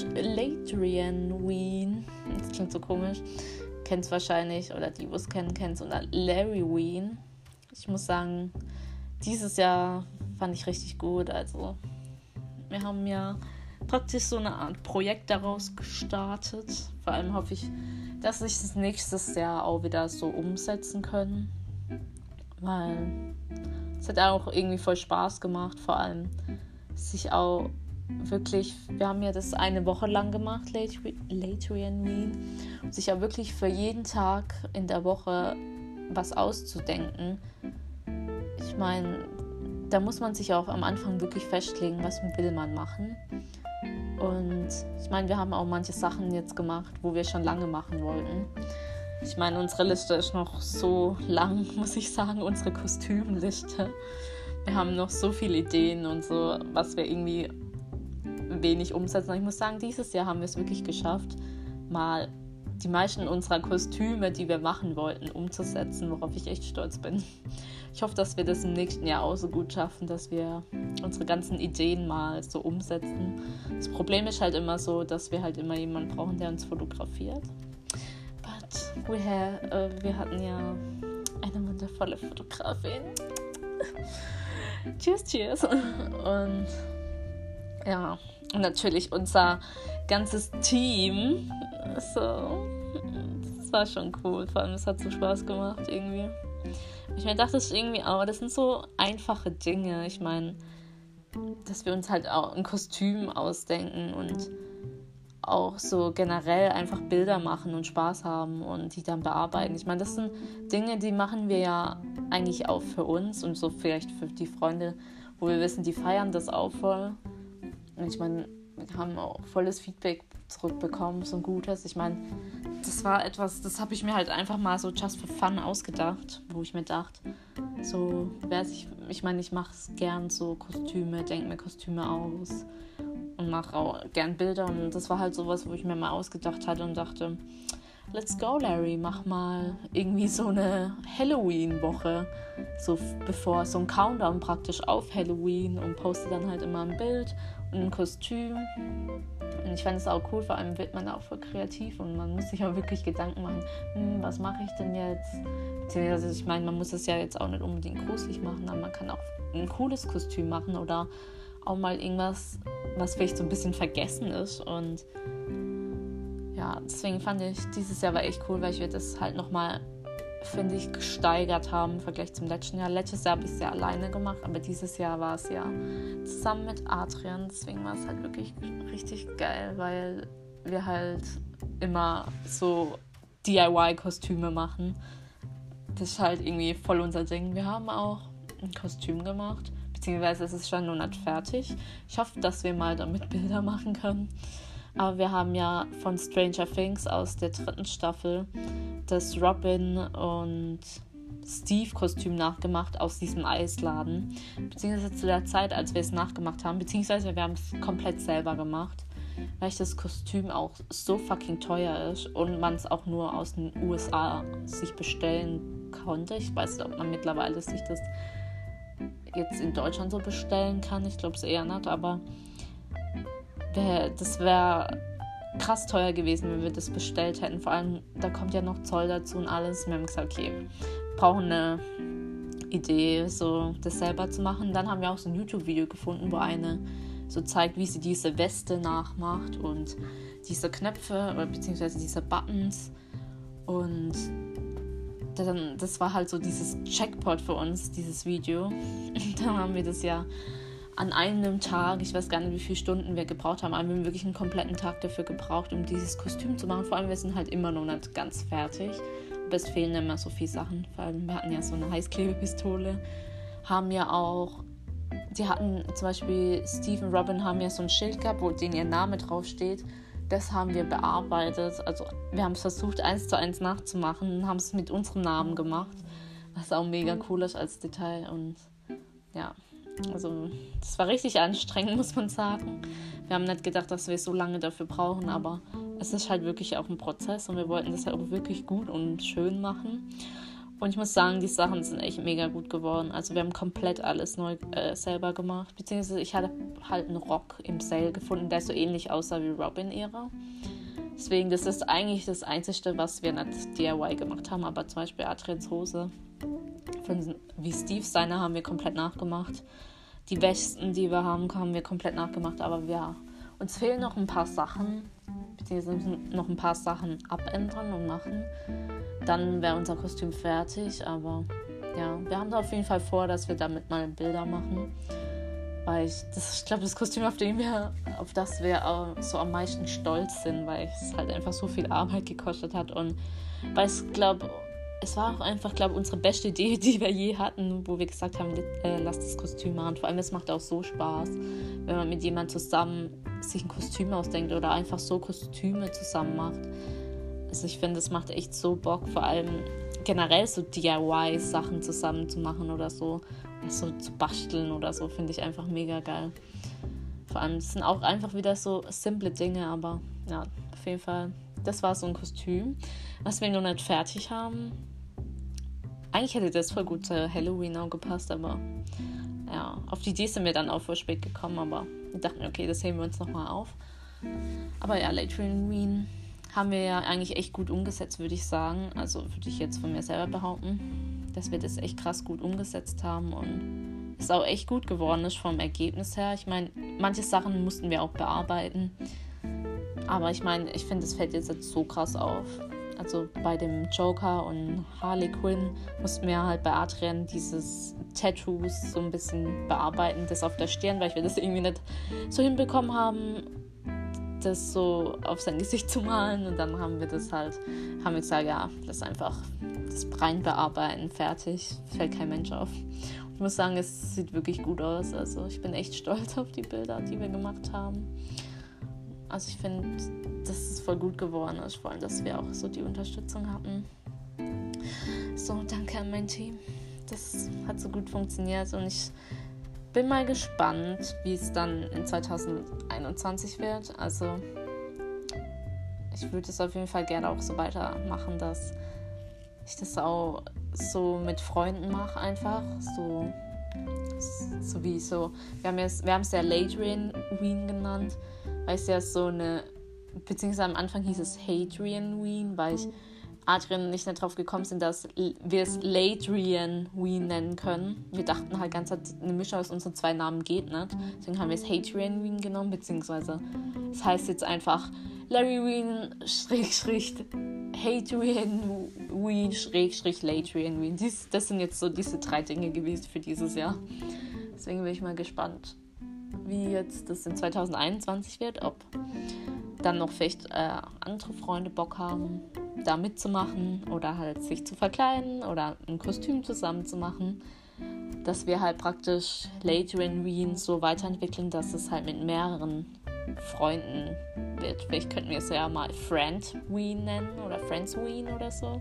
Latrian-Ween. Das klingt so komisch. Kennt es wahrscheinlich, oder die, die es kennen, kennen es unter Larryween. Ich muss sagen, dieses Jahr fand ich richtig gut. Also wir haben ja praktisch so eine Art Projekt daraus gestartet. Vor allem hoffe ich, dass ich das nächstes Jahr auch wieder so umsetzen können. Weil es hat auch irgendwie voll Spaß gemacht. Vor allem sich auch wirklich, wir haben ja das eine Woche lang gemacht, Latrian-Ween, und sich auch wirklich für jeden Tag in der Woche was auszudenken. Ich meine, da muss man sich auch am Anfang wirklich festlegen, was will man machen. Und ich meine, wir haben auch manche Sachen jetzt gemacht, wo wir schon lange machen wollten. Ich meine, unsere Liste ist noch so lang, muss ich sagen, unsere Kostümliste. Wir haben noch so viele Ideen und so, was wir irgendwie wenig umsetzen. Und ich muss sagen, dieses Jahr haben wir es wirklich geschafft, mal die meisten unserer Kostüme, die wir machen wollten, umzusetzen, worauf ich echt stolz bin. Ich hoffe, dass wir das im nächsten Jahr auch so gut schaffen, dass wir unsere ganzen Ideen mal so umsetzen. Das Problem ist halt immer so, dass wir halt immer jemanden brauchen, der uns fotografiert. But we have, äh, wir hatten ja eine wundervolle Fotografin. Cheers, cheers. Und ja, und natürlich unser ganzes Team. So, das war schon cool. Vor allem, es hat so Spaß gemacht irgendwie. Ich mir dachte, das ist irgendwie auch, das sind so einfache Dinge. Ich meine, dass wir uns halt auch ein Kostüm ausdenken und auch so generell einfach Bilder machen und Spaß haben und die dann bearbeiten. Ich meine, das sind Dinge, die machen wir ja eigentlich auch für uns und so vielleicht für die Freunde, wo wir wissen, die feiern das auch voll. Und ich meine, wir haben auch volles Feedback zurückbekommen, so ein gutes. Ich meine, das war etwas, das habe ich mir halt einfach mal so just for fun ausgedacht, wo ich mir dachte, so, ich, ich meine, ich mache es gern so Kostüme, denke mir Kostüme aus und mache auch gern Bilder und das war halt sowas, wo ich mir mal ausgedacht hatte und dachte, let's go Larry, mach mal irgendwie so eine Halloween-Woche, so bevor, so ein Countdown praktisch auf Halloween und poste dann halt immer ein Bild und ein Kostüm. Und ich fand es auch cool, vor allem wird man auch voll kreativ und man muss sich auch wirklich Gedanken machen, hm, was mache ich denn jetzt? Beziehungsweise, ich meine, man muss es ja jetzt auch nicht unbedingt gruselig machen, aber man kann auch ein cooles Kostüm machen oder auch mal irgendwas, was vielleicht so ein bisschen vergessen ist. Und ja, deswegen fand ich, dieses Jahr war echt cool, weil wir das halt nochmal, finde ich, gesteigert haben im Vergleich zum letzten Jahr. Letztes Jahr habe ich es ja alleine gemacht, aber dieses Jahr war es ja zusammen mit Adrian. Deswegen war es halt wirklich richtig geil, weil wir halt immer so D I Y-Kostüme machen. Das ist halt irgendwie voll unser Ding. Wir haben auch ein Kostüm gemacht, beziehungsweise es ist schon noch nicht fertig. Ich hoffe, dass wir mal damit Bilder machen können. Aber wir haben ja von Stranger Things aus der dritten Staffel das Robin und Steve-Kostüm nachgemacht aus diesem Eisladen. Beziehungsweise zu der Zeit, als wir es nachgemacht haben, beziehungsweise wir haben es komplett selber gemacht, weil ich das Kostüm auch so fucking teuer ist und man es auch nur aus den U S A sich bestellen konnte. Ich weiß nicht, ob man mittlerweile sich das jetzt in Deutschland so bestellen kann. Ich glaube es eher nicht, aber wär, das wäre krass teuer gewesen, wenn wir das bestellt hätten. Vor allem, da kommt ja noch Zoll dazu und alles. Wir haben gesagt, okay, wir brauchen eine Idee, so das selber zu machen. Dann haben wir auch so ein YouTube-Video gefunden, wo eine so zeigt, wie sie diese Weste nachmacht und diese Knöpfe oder beziehungsweise diese Buttons. Und dann, das war halt so dieses Checkpoint für uns, dieses Video. Und dann haben wir das ja an einem Tag, ich weiß gar nicht, wie viele Stunden wir gebraucht haben, aber wir haben wirklich einen kompletten Tag dafür gebraucht, um dieses Kostüm zu machen. Vor allem, wir sind halt immer noch nicht ganz fertig. Aber es fehlen immer so viele Sachen. Vor allem, wir hatten ja so eine Heißklebepistole, haben ja auch, die hatten zum Beispiel, Steve und Robin haben ja so ein Schild gehabt, wo denen ihr Name draufsteht. Das haben wir bearbeitet. Also wir haben es versucht, eins zu eins nachzumachen und haben es mit unserem Namen gemacht, was auch mega cool ist als Detail. Und ja, also das war richtig anstrengend, muss man sagen. Wir haben nicht gedacht, dass wir so lange dafür brauchen, aber es ist halt wirklich auch ein Prozess und wir wollten das halt auch wirklich gut und schön machen. Und ich muss sagen, die Sachen sind echt mega gut geworden. Also wir haben komplett alles neu äh, selber gemacht. Beziehungsweise ich hatte halt einen Rock im Sale gefunden, der so ähnlich aussah wie Robin ihrer. Deswegen, das ist eigentlich das Einzige, was wir nicht D I Y gemacht haben. Aber zum Beispiel Adrians Hose, von, wie Steve seine, haben wir komplett nachgemacht. Die Westen, die wir haben, haben wir komplett nachgemacht. Aber ja, uns fehlen noch ein paar Sachen. Beziehungsweise müssen noch ein paar Sachen abändern und machen. Dann wäre unser Kostüm fertig, aber ja, wir haben da auf jeden Fall vor, dass wir damit mal Bilder machen, weil ich, das, ich glaube, das Kostüm, auf, dem wir, auf das wir äh, so am meisten stolz sind, weil es halt einfach so viel Arbeit gekostet hat und weil ich glaube, es war auch einfach, glaube ich, unsere beste Idee, die wir je hatten, wo wir gesagt haben, äh, lass das Kostüm machen. Vor allem, es macht auch so Spaß, wenn man mit jemandem zusammen sich ein Kostüm ausdenkt oder einfach so Kostüme zusammen macht. Also ich finde, es macht echt so Bock, vor allem generell so D I Y-Sachen zusammen zu machen oder so. Oder so zu basteln oder so, finde ich einfach mega geil. Vor allem, es sind auch einfach wieder so simple Dinge, aber ja, auf jeden Fall, das war so ein Kostüm, was wir noch nicht fertig haben. Eigentlich hätte das voll gut zu Halloween auch gepasst, aber ja, auf die Idee sind wir dann auch voll spät gekommen, aber ich dachte mir, okay, das heben wir uns nochmal auf. Aber ja, Late Halloween haben wir ja eigentlich echt gut umgesetzt, würde ich sagen. Also würde ich jetzt von mir selber behaupten, dass wir das echt krass gut umgesetzt haben und es auch echt gut geworden ist vom Ergebnis her. Ich meine, manche Sachen mussten wir auch bearbeiten, aber ich meine, ich finde, es fällt jetzt so krass auf. also bei dem Joker und Harley Quinn, mussten wir halt bei Adrian dieses Tattoos so ein bisschen bearbeiten, das auf der Stirn, weil wir das irgendwie nicht so hinbekommen haben, das so auf sein Gesicht zu malen. Und dann haben wir das halt, haben wir gesagt, ja, das einfach das rein bearbeiten, fertig, fällt kein Mensch auf. Und ich muss sagen, es sieht wirklich gut aus. Also ich bin echt stolz auf die Bilder, die wir gemacht haben. Also ich finde, dass es voll gut geworden ist, vor allem, dass wir auch so die Unterstützung hatten. So, danke an mein Team. Das hat so gut funktioniert und ich bin mal gespannt, wie es dann in zwanzig einundzwanzig wird. Also ich würde es auf jeden Fall gerne auch so weitermachen, dass ich das auch so mit Freunden mache einfach. So, so wie so, wir haben es wir haben es ja Ladrian Ween genannt, weil es ja so eine, beziehungsweise am Anfang hieß es Hadrian Ween, weil ich Adrian und ich nicht drauf gekommen sind, dass wir es Ladrian Ween nennen können. Wir dachten halt ganz, eine Mischung aus unseren zwei Namen geht nicht. Deswegen haben wir es Hadrian Ween genommen, beziehungsweise es heißt jetzt einfach Larry Ween Schrägstrich Hadrian Ween Schrägstrich Ladrian Ween. Dies, das sind jetzt so diese drei Dinge gewesen für dieses Jahr. Deswegen bin ich mal gespannt, wie jetzt das in zwanzig einundzwanzig wird, ob dann noch vielleicht äh, andere Freunde Bock haben, da mitzumachen oder halt sich zu verkleiden oder ein Kostüm zusammen zu machen, dass wir halt praktisch Ladrian Ween so weiterentwickeln, dass es halt mit mehreren Freunden wird. Vielleicht könnten wir es ja mal Friend Ween nennen oder Friends Ween oder so.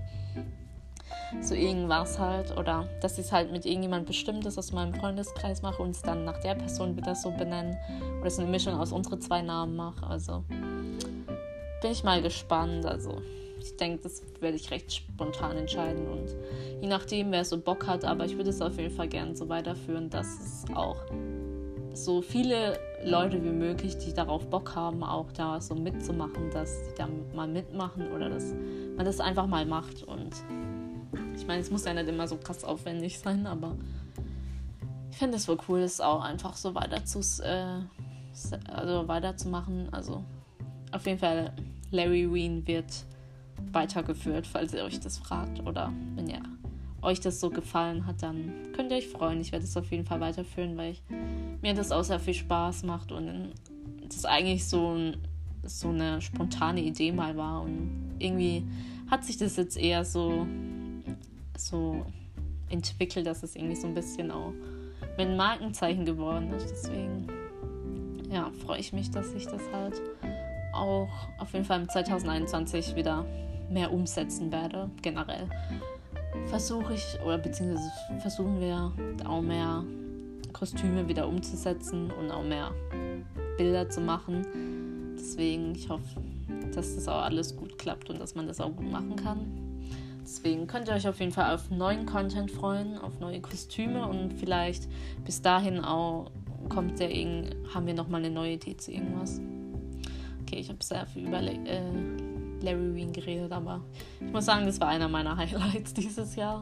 So irgendwas halt. Oder dass ich es halt mit irgendjemand Bestimmtes aus meinem Freundeskreis mache und es dann nach der Person wieder so benennen. Oder es eine Mischung aus unsere zwei Namen mache. Also bin ich mal gespannt. Also ich denke, das werde ich recht spontan entscheiden. Und je nachdem, wer so Bock hat. Aber ich würde es auf jeden Fall gerne so weiterführen, dass es auch so viele Leute wie möglich, die darauf Bock haben, auch da so mitzumachen, dass die da mal mitmachen oder dass man das einfach mal macht. Und ich meine, es muss ja nicht immer so krass aufwendig sein, aber ich finde es wohl cool, es auch einfach so weiter zu, äh, also weiterzumachen. Also auf jeden Fall, Larry Ween wird weitergeführt, falls ihr euch das fragt. Oder wenn ihr euch das so gefallen hat, dann könnt ihr euch freuen. Ich werde es auf jeden Fall weiterführen, weil ich, mir das auch sehr viel Spaß macht und das eigentlich so, ein, so eine spontane Idee mal war. Und irgendwie hat sich das jetzt eher so, so entwickelt, dass es irgendwie so ein bisschen auch mit einem Markenzeichen geworden ist. Deswegen ja, freue ich mich, dass ich das halt auch auf jeden Fall im zwanzig einundzwanzig wieder mehr umsetzen werde, generell. Versuche ich, oder beziehungsweise versuchen wir auch mehr Kostüme wieder umzusetzen und auch mehr Bilder zu machen. Deswegen, ich hoffe, dass das auch alles gut klappt und dass man das auch gut machen kann. Deswegen könnt ihr euch auf jeden Fall auf neuen Content freuen, auf neue Kostüme und vielleicht bis dahin auch kommt ja irgend, haben wir nochmal eine neue Idee zu irgendwas. Okay, ich habe sehr viel über äh, Larry Ween geredet, aber ich muss sagen, das war einer meiner Highlights dieses Jahr.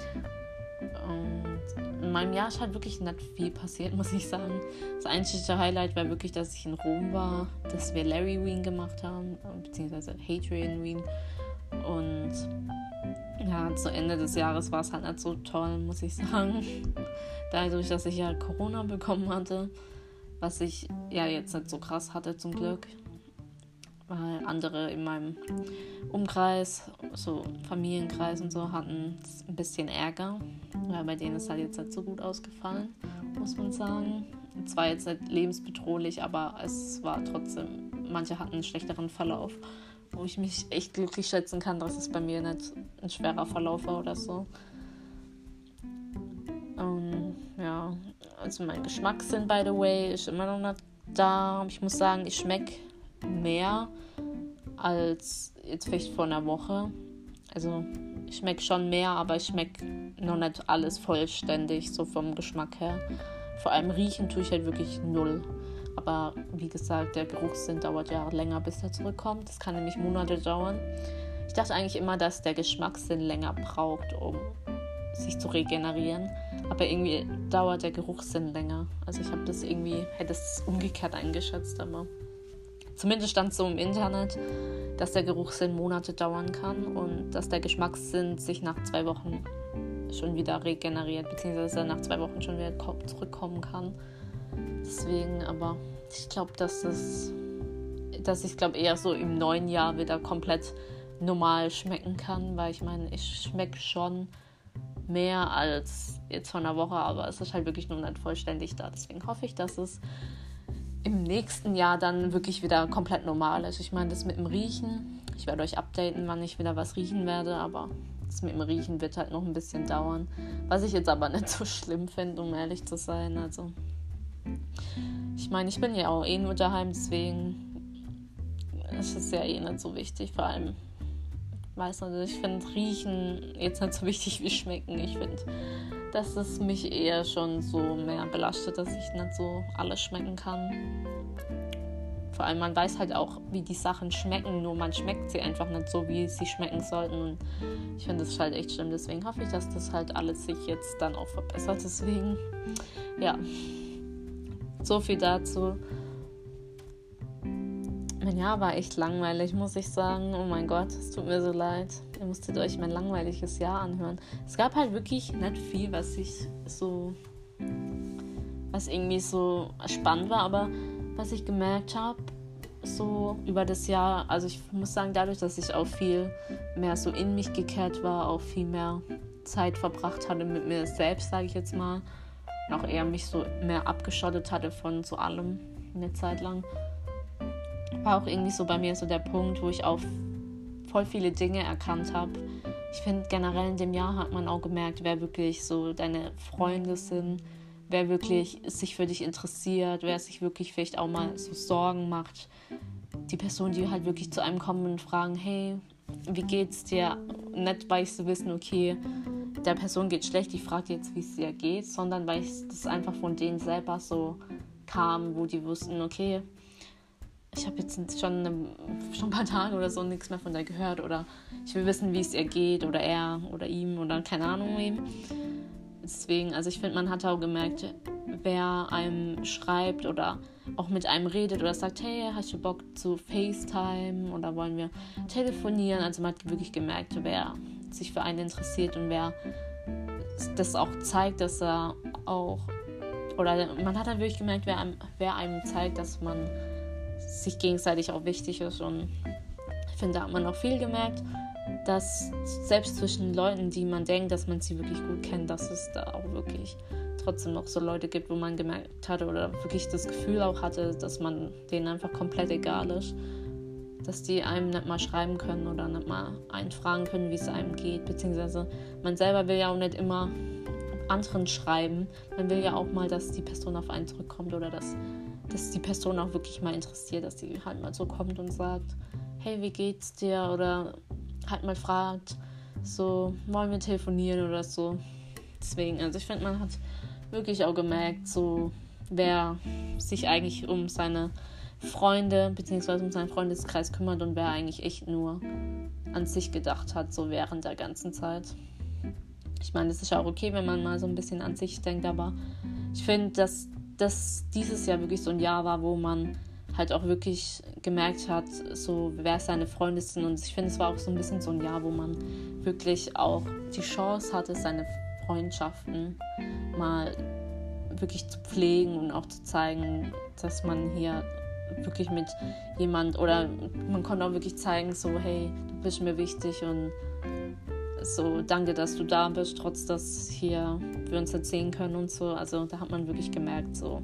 Und in meinem Jahr ist halt wirklich nicht viel passiert, muss ich sagen. Das einzige Highlight war wirklich, dass ich in Rom war, dass wir Larry Ween gemacht haben, beziehungsweise Hadrian Ween. Und ja, zu Ende des Jahres war es halt nicht so toll, muss ich sagen. Dadurch, dass ich ja Corona bekommen hatte, was ich ja jetzt nicht so krass hatte zum Glück. Weil andere in meinem Umkreis, so Familienkreis und so, hatten ein bisschen Ärger. Weil bei denen ist halt jetzt nicht so gut ausgefallen, muss man sagen. Es war jetzt nicht lebensbedrohlich, aber es war trotzdem, manche hatten einen schlechteren Verlauf, wo ich mich echt glücklich schätzen kann, dass es bei mir nicht ein schwerer Verlauf war oder so. Und ja, also mein Geschmackssinn, by the way, ist immer noch nicht da. Ich muss sagen, ich schmecke mehr als jetzt vielleicht vor einer Woche. Also ich schmecke schon mehr, aber ich schmecke noch nicht alles vollständig, so vom Geschmack her. Vor allem riechen tue ich halt wirklich null. Aber wie gesagt, der Geruchssinn dauert ja länger, bis er zurückkommt. Das kann nämlich Monate dauern. Ich dachte eigentlich immer, dass der Geschmackssinn länger braucht, um sich zu regenerieren. Aber irgendwie dauert der Geruchssinn länger. Also ich habe das irgendwie, hätte es umgekehrt eingeschätzt, aber zumindest stand es so im Internet, dass der Geruchssinn Monate dauern kann und dass der Geschmackssinn sich nach zwei Wochen schon wieder regeneriert, beziehungsweise nach zwei Wochen schon wieder zurückkommen kann. Deswegen, aber ich glaube, dass das, dass ich glaube eher so im neuen Jahr wieder komplett normal schmecken kann, weil ich meine, ich schmecke schon mehr als jetzt vor einer Woche, aber es ist halt wirklich nur nicht vollständig da. Deswegen hoffe ich, dass es im nächsten Jahr dann wirklich wieder komplett normal ist. Ich meine, das mit dem Riechen, ich werde euch updaten, wann ich wieder was riechen werde, aber das mit dem Riechen wird halt noch ein bisschen dauern. Was ich jetzt aber nicht so schlimm finde, um ehrlich zu sein. Also, ich meine, ich bin ja auch eh nur daheim, deswegen ist es ja eh nicht so wichtig. Vor allem, weiß nicht, ich finde Riechen jetzt nicht so wichtig wie Schmecken. Ich finde, dass es mich eher schon so mehr belastet, dass ich nicht so alles schmecken kann. Vor allem, man weiß halt auch, wie die Sachen schmecken, nur man schmeckt sie einfach nicht so, wie sie schmecken sollten. Und ich finde, das ist halt echt schlimm. Deswegen hoffe ich, dass das halt alles sich jetzt dann auch verbessert. Deswegen, ja, so viel dazu. Mein Jahr war echt langweilig, muss ich sagen. Oh mein Gott, es tut mir so leid. Ihr musstet euch mein langweiliges Jahr anhören. Es gab halt wirklich nicht viel, was ich so, was irgendwie so spannend war, aber was ich gemerkt habe, so über das Jahr, also ich muss sagen, dadurch, dass ich auch viel mehr so in mich gekehrt war, auch viel mehr Zeit verbracht hatte mit mir selbst, sage ich jetzt mal, und auch eher mich so mehr abgeschottet hatte von so allem eine Zeit lang, war auch irgendwie so bei mir so der Punkt, wo ich auch voll viele Dinge erkannt habe. Ich finde, generell in dem Jahr hat man auch gemerkt, wer wirklich so deine Freunde sind, wer wirklich sich für dich interessiert, wer sich wirklich vielleicht auch mal so Sorgen macht. Die Personen, die halt wirklich zu einem kommen und fragen, hey, wie geht's dir? Nicht, weil ich so wissen, okay, der Person geht schlecht, ich frage jetzt, wie es dir geht, sondern weil das einfach von denen selber so kam, wo die wussten, okay, ich habe jetzt schon, eine, schon ein paar Tage oder so nichts mehr von der gehört oder ich will wissen, wie es ihr geht oder er oder ihm oder keine Ahnung wem. Deswegen, also ich finde, man hat auch gemerkt, wer einem schreibt oder auch mit einem redet oder sagt, hey, hast du Bock zu FaceTime oder wollen wir telefonieren? Also man hat wirklich gemerkt, wer sich für einen interessiert und wer das auch zeigt, dass er auch, oder man hat halt wirklich gemerkt, wer einem, wer einem zeigt, dass man sich gegenseitig auch wichtig ist. Und ich finde, da hat man auch viel gemerkt, dass selbst zwischen Leuten, die man denkt, dass man sie wirklich gut kennt, dass es da auch wirklich trotzdem noch so Leute gibt, wo man gemerkt hatte oder wirklich das Gefühl auch hatte, dass man denen einfach komplett egal ist, dass die einem nicht mal schreiben können oder nicht mal einen fragen können, wie es einem geht, beziehungsweise man selber will ja auch nicht immer anderen schreiben, man will ja auch mal, dass die Person auf einen zurückkommt oder dass, dass die Person auch wirklich mal interessiert, dass sie halt mal so kommt und sagt, hey, wie geht's dir, oder halt mal fragt, so, wollen wir telefonieren oder so. Deswegen, also ich finde, man hat wirklich auch gemerkt, so, wer sich eigentlich um seine Freunde bzw. um seinen Freundeskreis kümmert und wer eigentlich echt nur an sich gedacht hat, so während der ganzen Zeit. Ich meine, das ist ja auch okay, wenn man mal so ein bisschen an sich denkt, aber ich finde, dass das dieses Jahr wirklich so ein Jahr war, wo man halt auch wirklich gemerkt hat, so wer seine Freunde sind, und ich finde, es war auch so ein bisschen so ein Jahr, wo man wirklich auch die Chance hatte, seine Freundschaften mal wirklich zu pflegen und auch zu zeigen, dass man hier wirklich mit jemand, oder man konnte auch wirklich zeigen, so, hey, du bist mir wichtig und so, danke, dass du da bist, trotz dass hier wir uns jetzt sehen können und so. Also da hat man wirklich gemerkt, so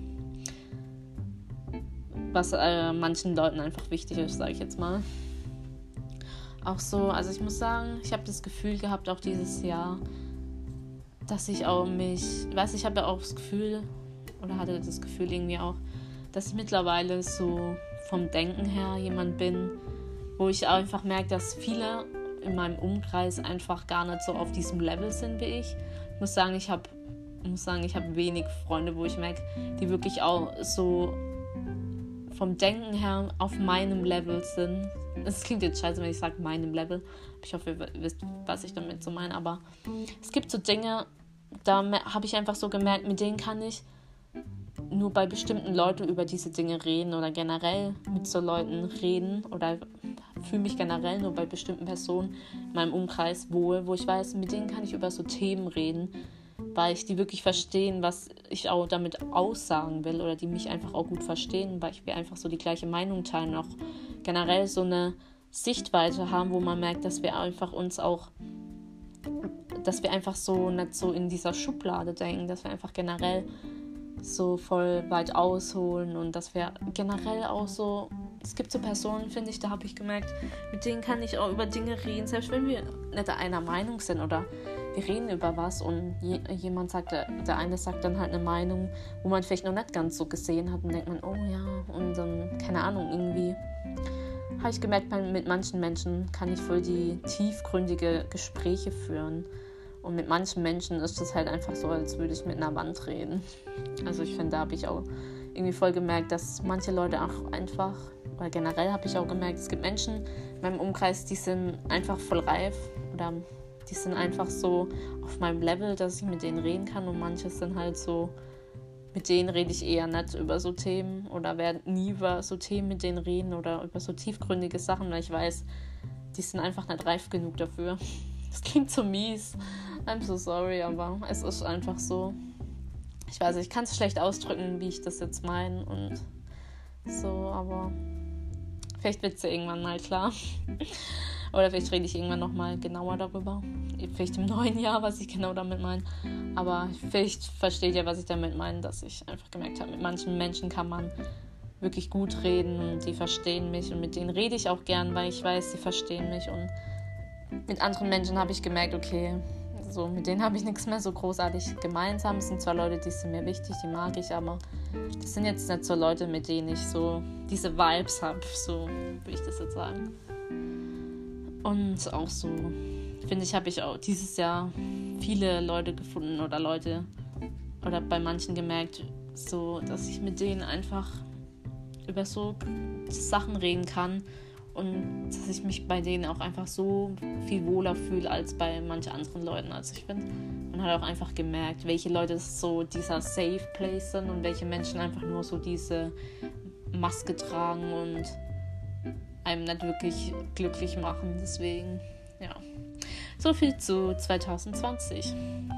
was äh, manchen Leuten einfach wichtig ist, sage ich jetzt mal. Auch so, also ich muss sagen, ich habe das Gefühl gehabt, auch dieses Jahr, dass ich auch mich, weiß ich habe ja auch das Gefühl, oder hatte das Gefühl irgendwie auch, dass ich mittlerweile so vom Denken her jemand bin, wo ich auch einfach merke, dass viele in meinem Umkreis einfach gar nicht so auf diesem Level sind wie ich. Ich muss sagen, ich habe muss sagen, ich habe wenig Freunde, wo ich merke, die wirklich auch so vom Denken her auf meinem Level sind. Es klingt jetzt scheiße, wenn ich sage meinem Level. Ich hoffe, ihr wisst, was ich damit so meine. Aber es gibt so Dinge, da habe ich einfach so gemerkt, mit denen kann ich nur bei bestimmten Leuten über diese Dinge reden oder generell mit so Leuten reden oder fühle mich generell nur bei bestimmten Personen in meinem Umkreis wohl, wo ich weiß, mit denen kann ich über so Themen reden, weil ich die wirklich verstehen, was ich auch damit aussagen will oder die mich einfach auch gut verstehen, weil wir einfach so die gleiche Meinung teilen, auch generell so eine Sichtweise haben, wo man merkt, dass wir einfach uns auch, dass wir einfach so nicht so in dieser Schublade denken, dass wir einfach generell so voll weit ausholen und dass wir generell auch so, es gibt so Personen, finde ich, da habe ich gemerkt, mit denen kann ich auch über Dinge reden, selbst wenn wir nicht einer Meinung sind oder wir reden über was und je, jemand sagt, der, der eine sagt dann halt eine Meinung, wo man vielleicht noch nicht ganz so gesehen hat und denkt man, oh ja, und dann, keine Ahnung, irgendwie habe ich gemerkt, mit manchen Menschen kann ich voll die tiefgründige Gespräche führen. Und mit manchen Menschen ist das halt einfach so, als würde ich mit einer Wand reden. Also ich finde, da habe ich auch irgendwie voll gemerkt, dass manche Leute auch einfach, oder generell habe ich auch gemerkt, es gibt Menschen in meinem Umkreis, die sind einfach voll reif oder die sind einfach so auf meinem Level, dass ich mit denen reden kann und manche sind halt so, mit denen rede ich eher nicht über so Themen oder werde nie über so Themen mit denen reden oder über so tiefgründige Sachen, weil ich weiß, die sind einfach nicht reif genug dafür. Das klingt so mies. I'm so sorry, aber es ist einfach so. Ich weiß, ich kann es schlecht ausdrücken, wie ich das jetzt meine und so, aber vielleicht wird es ja irgendwann mal klar. Oder vielleicht rede ich irgendwann nochmal genauer darüber. Vielleicht im neuen Jahr, was ich genau damit meine. Aber vielleicht versteht ihr, was ich damit meine, dass ich einfach gemerkt habe, mit manchen Menschen kann man wirklich gut reden und die verstehen mich und mit denen rede ich auch gern, weil ich weiß, sie verstehen mich und mit anderen Menschen habe ich gemerkt, okay, so mit denen habe ich nichts mehr so großartig gemeinsam. Es sind zwar Leute, die sind mir wichtig, die mag ich, aber das sind jetzt nicht so Leute, mit denen ich so diese Vibes habe, so würde ich das jetzt sagen. Und auch so, finde ich, habe ich auch dieses Jahr viele Leute gefunden oder Leute oder bei manchen gemerkt, so, dass ich mit denen einfach über so Sachen reden kann und dass ich mich bei denen auch einfach so viel wohler fühle als bei manchen anderen Leuten. Also ich finde, man hat auch einfach gemerkt, welche Leute so dieser Safe Place sind und welche Menschen einfach nur so diese Maske tragen und einem nicht wirklich glücklich machen. Deswegen, ja. So viel zu zwanzig zwanzig.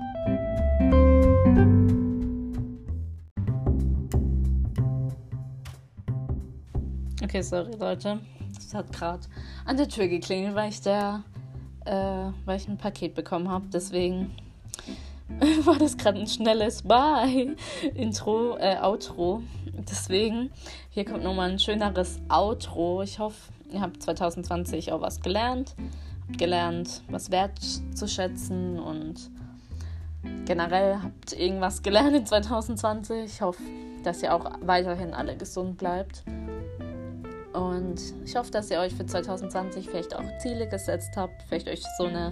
Okay, sorry Leute. Das hat gerade an der Tür geklingelt, weil ich da, äh, weil ich ein Paket bekommen habe. Deswegen war das gerade ein schnelles Bye, Intro, äh, Outro. Deswegen, hier kommt nochmal ein schöneres Outro. Ich hoffe, ihr habt zwanzig zwanzig auch was gelernt. Habt gelernt, was wertzuschätzen und generell habt irgendwas gelernt in zwanzig zwanzig. Ich hoffe, dass ihr auch weiterhin alle gesund bleibt. Und ich hoffe, dass ihr euch für zwanzig zwanzig vielleicht auch Ziele gesetzt habt. Vielleicht euch so eine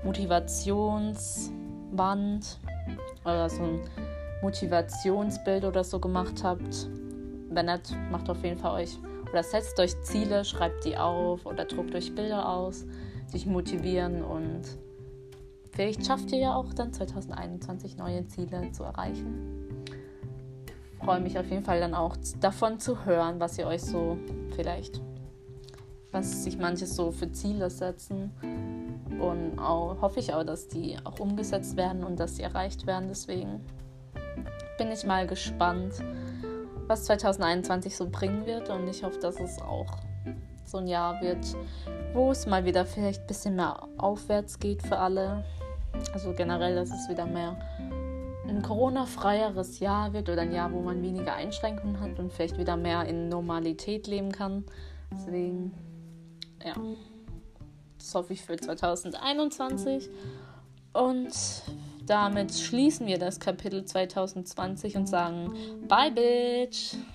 Motivationswand oder so ein Motivationsbild oder so gemacht habt. Wenn nicht, macht auf jeden Fall euch oder setzt euch Ziele, schreibt die auf oder druckt euch Bilder aus, die euch motivieren und vielleicht schafft ihr ja auch dann zwanzig einundzwanzig neue Ziele zu erreichen. Ich freue mich auf jeden Fall dann auch davon zu hören, was ihr euch so vielleicht, was sich manche so für Ziele setzen und auch hoffe ich auch, dass die auch umgesetzt werden und dass sie erreicht werden. Deswegen bin ich mal gespannt, was zwanzig einundzwanzig so bringen wird und ich hoffe, dass es auch so ein Jahr wird, wo es mal wieder vielleicht ein bisschen mehr aufwärts geht für alle. Also generell, dass es wieder mehr ein Corona-freieres Jahr wird oder ein Jahr, wo man weniger Einschränkungen hat und vielleicht wieder mehr in Normalität leben kann. Deswegen, ja, das hoffe ich für zwanzig einundzwanzig. Und damit schließen wir das Kapitel zwanzig zwanzig und sagen Bye, Bitch!